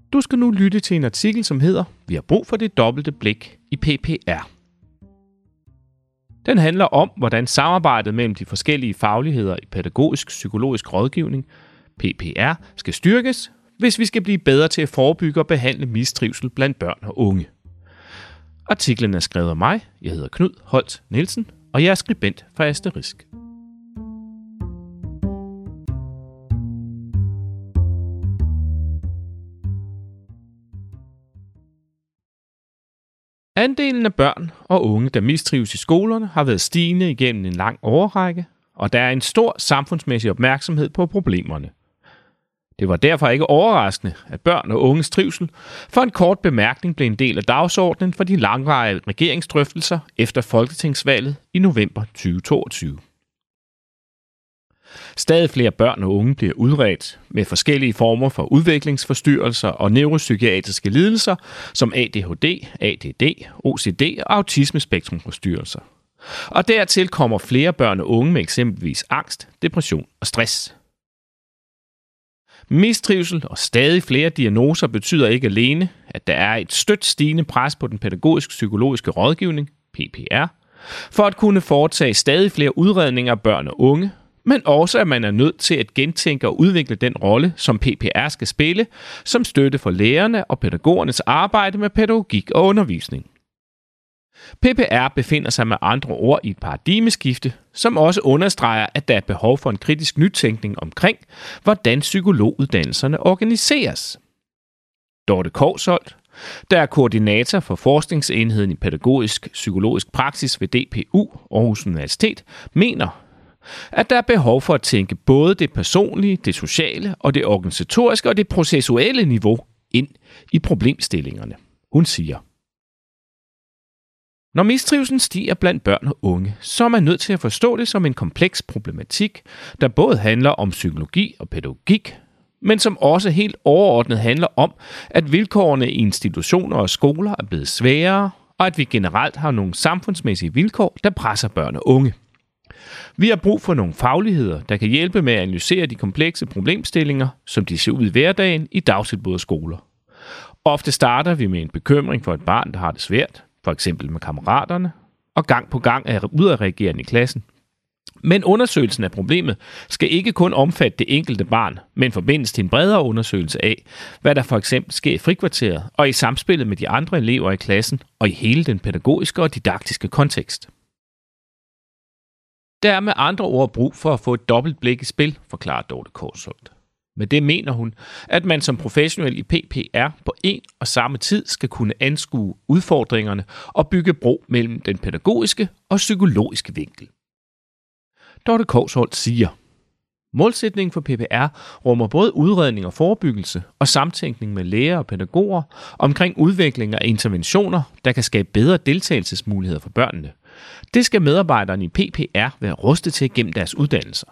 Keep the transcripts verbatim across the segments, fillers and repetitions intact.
Du skal nu lytte til en artikel, som hedder "Vi har brug for det dobbelte blik i P P R". Den handler om, hvordan samarbejdet mellem de forskellige fagligheder i pædagogisk-psykologisk rådgivning, P P R, skal styrkes, hvis vi skal blive bedre til at forebygge og behandle mistrivsel blandt børn og unge. Artiklen er skrevet af mig. Jeg hedder Knud Holst Nielsen, og jeg er skribent for Asterisk. Andelen af børn og unge, der mistrives i skolerne, har været stigende igennem en lang årrække, og der er en stor samfundsmæssig opmærksomhed på problemerne. Det var derfor ikke overraskende, at børn og unges trivsel for en kort bemærkning blev en del af dagsordenen for de langvarige regeringsdrøftelser efter folketingsvalget i november tyve toogtyve. Stadig flere børn og unge bliver udredt med forskellige former for udviklingsforstyrrelser og neuropsykiatriske lidelser som A D H D, A D D, O C D og autismespektrumforstyrrelser. Og dertil kommer flere børn og unge med eksempelvis angst, depression og stress. Mistrivsel og stadig flere diagnoser betyder ikke alene, at der er et stødt stigende pres på den pædagogisk-psykologiske rådgivning, P P R, for at kunne foretage stadig flere udredninger af børn og unge, men også at man er nødt til at gentænke og udvikle den rolle, som P P R skal spille, som støtte for lærerne og pædagogernes arbejde med pædagogik og undervisning. P P R befinder sig med andre ord i et paradigmeskifte, som også understreger, at der er behov for en kritisk nytænkning omkring, hvordan psykologuddannelserne organiseres. Dorte Kousholt, der er koordinator for forskningsenheden i pædagogisk psykologisk praksis ved D P U, Aarhus Universitet, mener, at der er behov for at tænke både det personlige, det sociale og det organisatoriske og det processuelle niveau ind i problemstillingerne. Hun siger: Når mistrivslen stiger blandt børn og unge, så er man nødt til at forstå det som en kompleks problematik, der både handler om psykologi og pædagogik, men som også helt overordnet handler om, at vilkårene i institutioner og skoler er blevet sværere, og at vi generelt har nogle samfundsmæssige vilkår, der presser børn og unge. Vi har brug for nogle fagligheder, der kan hjælpe med at analysere de komplekse problemstillinger, som de ser ud i hverdagen i dagtilbud og skoler. Ofte starter vi med en bekymring for et barn, der har det svært, for eksempel med kammeraterne, og gang på gang er udadreagerende i klassen. Men undersøgelsen af problemet skal ikke kun omfatte det enkelte barn, men forbindes til en bredere undersøgelse af, hvad der for eksempel sker i frikvarteret og i samspillet med de andre elever i klassen og i hele den pædagogiske og didaktiske kontekst. Der er med andre ord brug for at få et dobbelt blik i spil, forklarer Dorte Kousholt. Med det mener hun, at man som professionel i P P R på en og samme tid skal kunne anskue udfordringerne og bygge bro mellem den pædagogiske og psykologiske vinkel. Dorte Kousholt siger: Målsætningen for P P R rummer både udredning og forebyggelse og samtænkning med lærere og pædagoger omkring udvikling af interventioner, der kan skabe bedre deltagelsesmuligheder for børnene. Det skal medarbejderne i P P R være rustet til gennem deres uddannelser.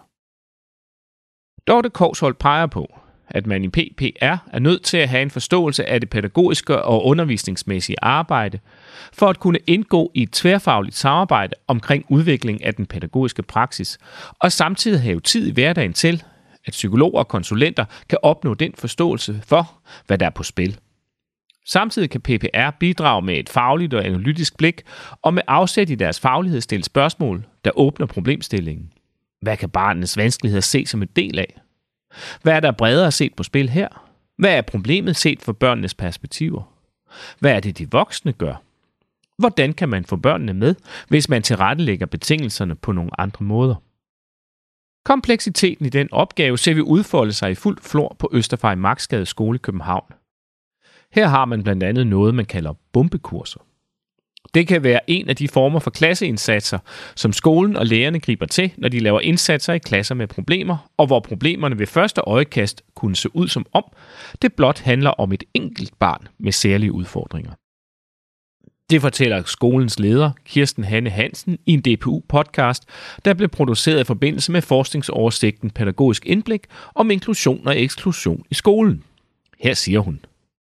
Dorte Kousholt peger på, at man i P P R er nødt til at have en forståelse af det pædagogiske og undervisningsmæssige arbejde, for at kunne indgå i et tværfagligt samarbejde omkring udvikling af den pædagogiske praksis, og samtidig have tid i hverdagen til, at psykologer og konsulenter kan opnå den forståelse for, hvad der er på spil. Samtidig kan P P R bidrage med et fagligt og analytisk blik, og med afsæt i deres faglighed stille spørgsmål, der åbner problemstillingen. Hvad kan barnets vanskeligheder se som en del af? Hvad er der bredere set på spil her? Hvad er problemet set fra børnenes perspektiver? Hvad er det, de voksne gør? Hvordan kan man få børnene med, hvis man tilrettelægger betingelserne på nogle andre måder? Kompleksiteten i den opgave ser vi udfolde sig i fuld flor på Østerfej Marksgade Skole i København. Her har man blandt andet noget, man kalder bombekurser. Det kan være en af de former for klasseindsatser, som skolen og lærerne griber til, når de laver indsatser i klasser med problemer, og hvor problemerne ved første øjekast kunne se ud som om, det blot handler om et enkelt barn med særlige udfordringer. Det fortæller skolens leder, Kirsten Hanne Hansen, i en D P U-podcast, der blev produceret i forbindelse med forskningsoversigten Pædagogisk indblik om inklusion og eksklusion i skolen. Her siger hun: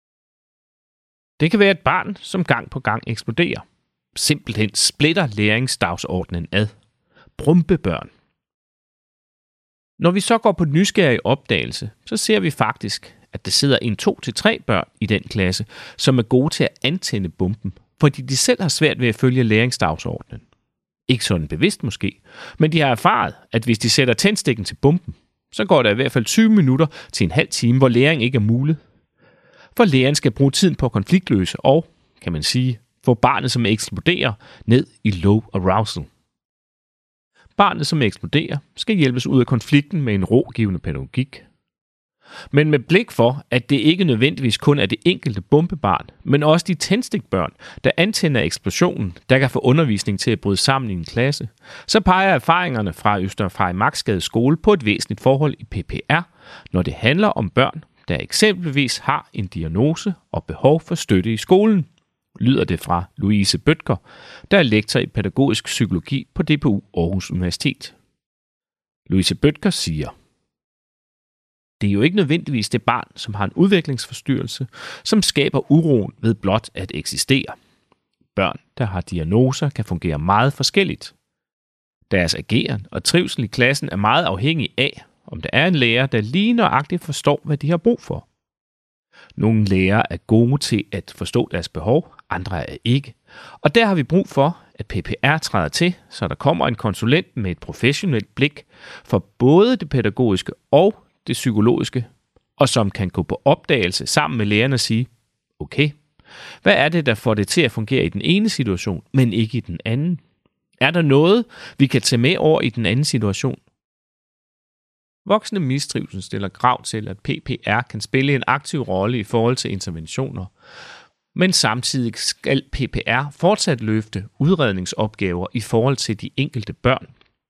Det kan være et barn, som gang på gang eksploderer. Simpelthen splitter læringsdagsordenen ad. Brumpebørn. Når vi så går på nysgerrig opdagelse, så ser vi faktisk, at der sidder en to til tre børn i den klasse, som er gode til at antænde bomben, fordi de selv har svært ved at følge læringsdagsordenen. Ikke sådan bevidst måske, men de har erfaret, at hvis de sætter tændstikken til bomben, så går der i hvert fald tyve minutter til en halv time, hvor læring ikke er mulig. For læreren skal bruge tiden på at konfliktløse og, kan man sige, få barnet, som eksploderer, ned i low arousal. Barnet, som eksploderer, skal hjælpes ud af konflikten med en rogivende pædagogik. Men med blik for, at det ikke nødvendigvis kun er det enkelte bombebarn, men også de tændstikbørn, der antænder eksplosionen, der kan få undervisning til at bryde sammen i en klasse, så peger erfaringerne fra Øster Farimagsgade skole på et væsentligt forhold i P P R, når det handler om børn, der eksempelvis har en diagnose og behov for støtte i skolen, lyder det fra Louise Bødker, der er lektor i pædagogisk psykologi på D P U Aarhus Universitet. Louise Bødker siger: Det er jo ikke nødvendigvis det barn, som har en udviklingsforstyrrelse, som skaber uroen ved blot at eksistere. Børn, der har diagnoser, kan fungere meget forskelligt. Deres ageren og trivsel i klassen er meget afhængig af, om der er en lærer, der lige nøjagtigt forstår, hvad de har brug for. Nogle lærere er gode til at forstå deres behov, andre er ikke. Og der har vi brug for, at P P R træder til, så der kommer en konsulent med et professionelt blik for både det pædagogiske og det psykologiske, og som kan gå på opdagelse sammen med lærerne og sige, okay, hvad er det, der får det til at fungere i den ene situation, men ikke i den anden? Er der noget, vi kan tage med over i den anden situation? Voksne mistrivsel stiller krav til, at P P R kan spille en aktiv rolle i forhold til interventioner, men samtidig skal P P R fortsat løfte udredningsopgaver i forhold til de enkelte børn.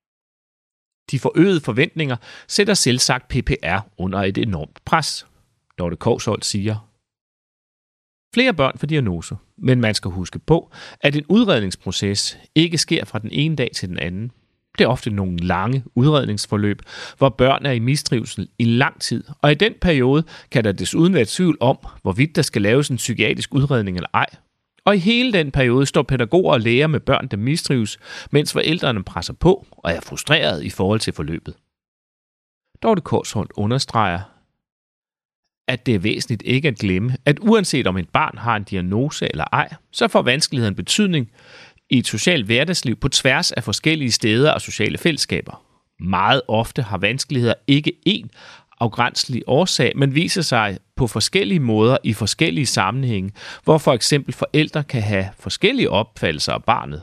De forøgede forventninger sætter selvsagt P P R under et enormt pres. Dorte Kousholt siger: Flere børn får diagnoser, men man skal huske på, at en udredningsproces ikke sker fra den ene dag til den anden. Det er ofte nogle lange udredningsforløb, hvor børn er i mistrivsel i lang tid, og i den periode kan der desuden være tvivl om, hvorvidt der skal laves en psykiatrisk udredning eller ej. Og i hele den periode står pædagoger og læger med børn, der mistrives, mens forældrene presser på og er frustreret i forhold til forløbet. Dorte Kousholt understreger, at det er væsentligt ikke at glemme, at uanset om et barn har en diagnose eller ej, så får vanskeligheden betydning i et socialt hverdagsliv på tværs af forskellige steder og sociale fællesskaber. Meget ofte har vanskeligheder ikke én afgrænselig årsag, men viser sig på forskellige måder i forskellige sammenhænge, hvor for eksempel forældre kan have forskellige opfattelser af barnet.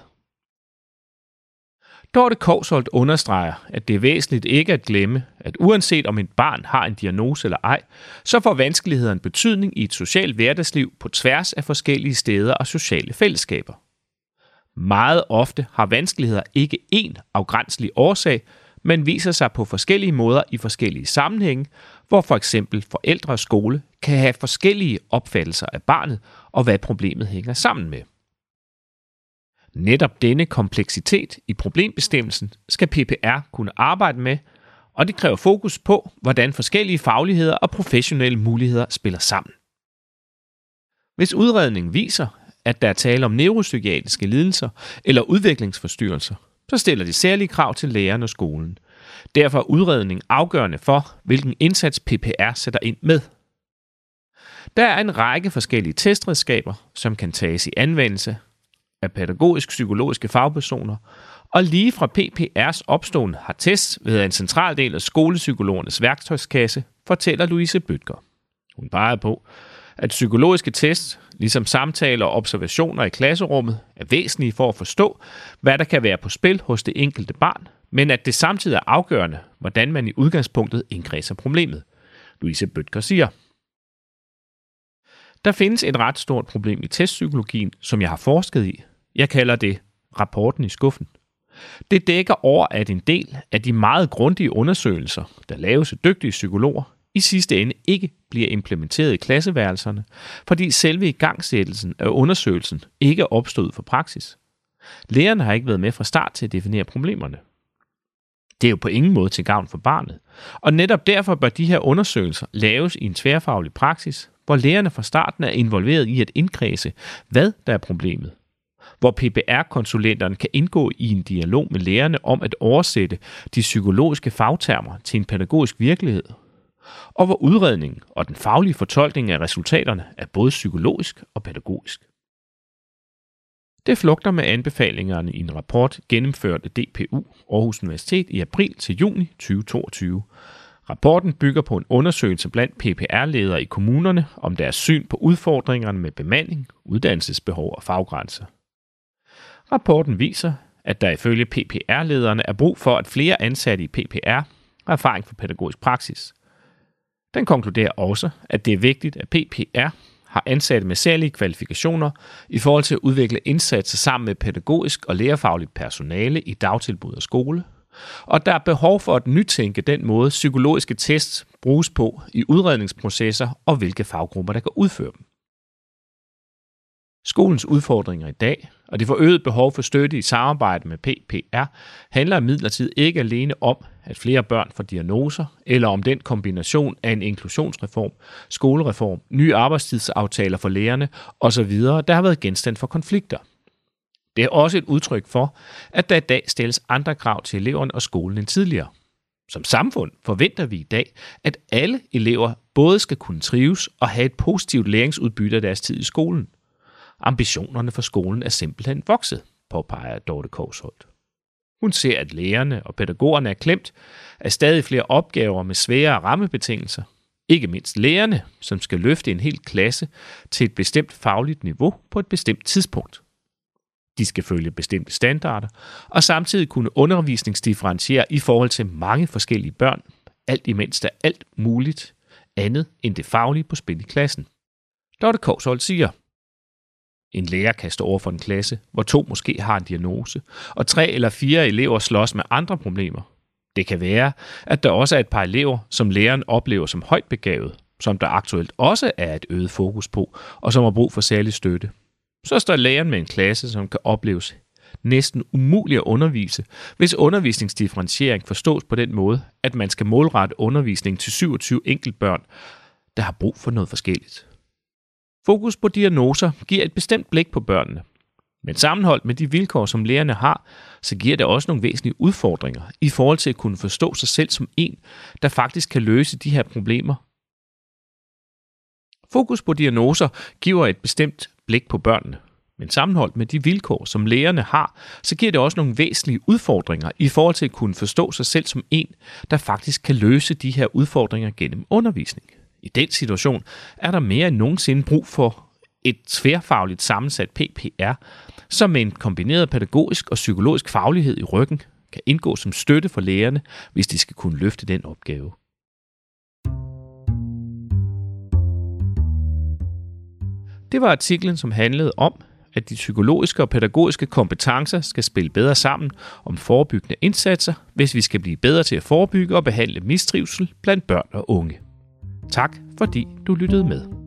Dorte Kousholt understreger, at det er væsentligt ikke at glemme, at uanset om et barn har en diagnose eller ej, så får vanskelighederne betydning i et socialt hverdagsliv på tværs af forskellige steder og sociale fællesskaber. Meget ofte har vanskeligheder ikke én afgrænselig årsag, men viser sig på forskellige måder i forskellige sammenhænge, hvor for eksempel forældre og skole kan have forskellige opfattelser af barnet og hvad problemet hænger sammen med. Netop denne kompleksitet i problembestemmelsen skal P P R kunne arbejde med, og det kræver fokus på, hvordan forskellige fagligheder og professionelle muligheder spiller sammen. Hvis udredningen viser, at der er tale om neuropsykiatriske lidelser eller udviklingsforstyrrelser, så stiller de særlige krav til lærerne og skolen. Derfor er udredning afgørende for, hvilken indsats P P R sætter ind med. Der er en række forskellige testredskaber, som kan tages i anvendelse af pædagogisk-psykologiske fagpersoner, og lige fra P P R's opståen har tests været en central del af skolepsykologernes værktøjskasse, fortæller Louise Bødker. Hun peger på, at psykologiske tests, ligesom samtaler og observationer i klasserummet, er væsentlige for at forstå, hvad der kan være på spil hos det enkelte barn, men at det samtidig er afgørende, hvordan man i udgangspunktet indkredser problemet. Louise Bødker siger: Der findes et ret stort problem i testpsykologien, som jeg har forsket i. Jeg kalder det rapporten i skuffen. Det dækker over, at en del af de meget grundige undersøgelser, der laves af dygtige psykologer, i sidste ende ikke bliver implementeret i klasseværelserne, fordi selve igangsættelsen af undersøgelsen ikke er opstået for praksis. Lærerne har ikke været med fra start til at definere problemerne. Det er jo på ingen måde til gavn for barnet, og netop derfor bør de her undersøgelser laves i en tværfaglig praksis, hvor lærerne fra starten er involveret i at indkredse, hvad der er problemet. Hvor P P R-konsulenterne kan indgå i en dialog med lærerne om at oversætte de psykologiske fagtermer til en pædagogisk virkelighed. og hvor udredningen og den faglige fortolkning af resultaterne er både psykologisk og pædagogisk. Det flugter med anbefalingerne i en rapport gennemført af D P U Aarhus Universitet i april til juni tyve toogtyve. Rapporten bygger på en undersøgelse blandt P P R-ledere i kommunerne om deres syn på udfordringerne med bemanding, uddannelsesbehov og faggrænser. Rapporten viser, at der ifølge P P R-lederne er brug for, at flere ansatte i P P R har erfaring for pædagogisk praksis. Den konkluderer også, at det er vigtigt, at P P R har ansatte med særlige kvalifikationer i forhold til at udvikle indsatser sammen med pædagogisk og lærerfagligt personale i dagtilbud og skole, og der er behov for at nytænke den måde, psykologiske tests bruges på i udredningsprocesser og hvilke faggrupper, der kan udføre dem. Skolens udfordringer i dag og det forøgede behov for støtte i samarbejde med P P R handler imidlertid ikke alene om, at flere børn får diagnoser, eller om den kombination af en inklusionsreform, skolereform, nye arbejdstidsaftaler for lærerne osv., der har været genstand for konflikter. Det er også et udtryk for, at der i dag stilles andre krav til eleverne og skolen end tidligere. Som samfund forventer vi i dag, at alle elever både skal kunne trives og have et positivt læringsudbytte af deres tid i skolen. Ambitionerne for skolen er simpelthen vokset, påpeger Dorte Korsholt. Hun ser, at lærerne og pædagogerne er klemt af stadig flere opgaver med svære rammebetingelser. Ikke mindst lærerne, som skal løfte en hel klasse til et bestemt fagligt niveau på et bestemt tidspunkt. De skal følge bestemte standarder og samtidig kunne undervisningsdifferentiere i forhold til mange forskellige børn, alt imens der er alt muligt andet end det faglige på spil i klassen. Dorte Korsholt siger: En lærer kan stå over for en klasse, hvor to måske har en diagnose, og tre eller fire elever slås med andre problemer. Det kan være, at der også er et par elever, som læreren oplever som højt begavet, som der aktuelt også er et øget fokus på, og som har brug for særlig støtte. Så står læreren med en klasse, som kan opleves næsten umuligt at undervise, hvis undervisningsdifferentiering forstås på den måde, at man skal målrette undervisning til syvogtyve enkeltbørn, der har brug for noget forskelligt. Fokus på diagnoser giver et bestemt blik på børnene. Men sammenholdt med de vilkår, som lærerne har, så giver det også nogle væsentlige udfordringer i forhold til at kunne forstå sig selv som en, der faktisk kan løse de her problemer. Fokus på diagnoser giver et bestemt blik på børnene. Men sammenholdt med de vilkår, som lærerne har, så giver det også nogle væsentlige udfordringer i forhold til at kunne forstå sig selv som en, der faktisk kan løse de her udfordringer gennem undervisning. I den situation er der mere end nogensinde brug for et tværfagligt sammensat P P R, som med en kombineret pædagogisk og psykologisk faglighed i ryggen kan indgå som støtte for lærerne, hvis de skal kunne løfte den opgave. Det var artiklen, som handlede om, at de psykologiske og pædagogiske kompetencer skal spille bedre sammen om forebyggende indsatser, hvis vi skal blive bedre til at forebygge og behandle mistrivsel blandt børn og unge. Tak fordi du lyttede med.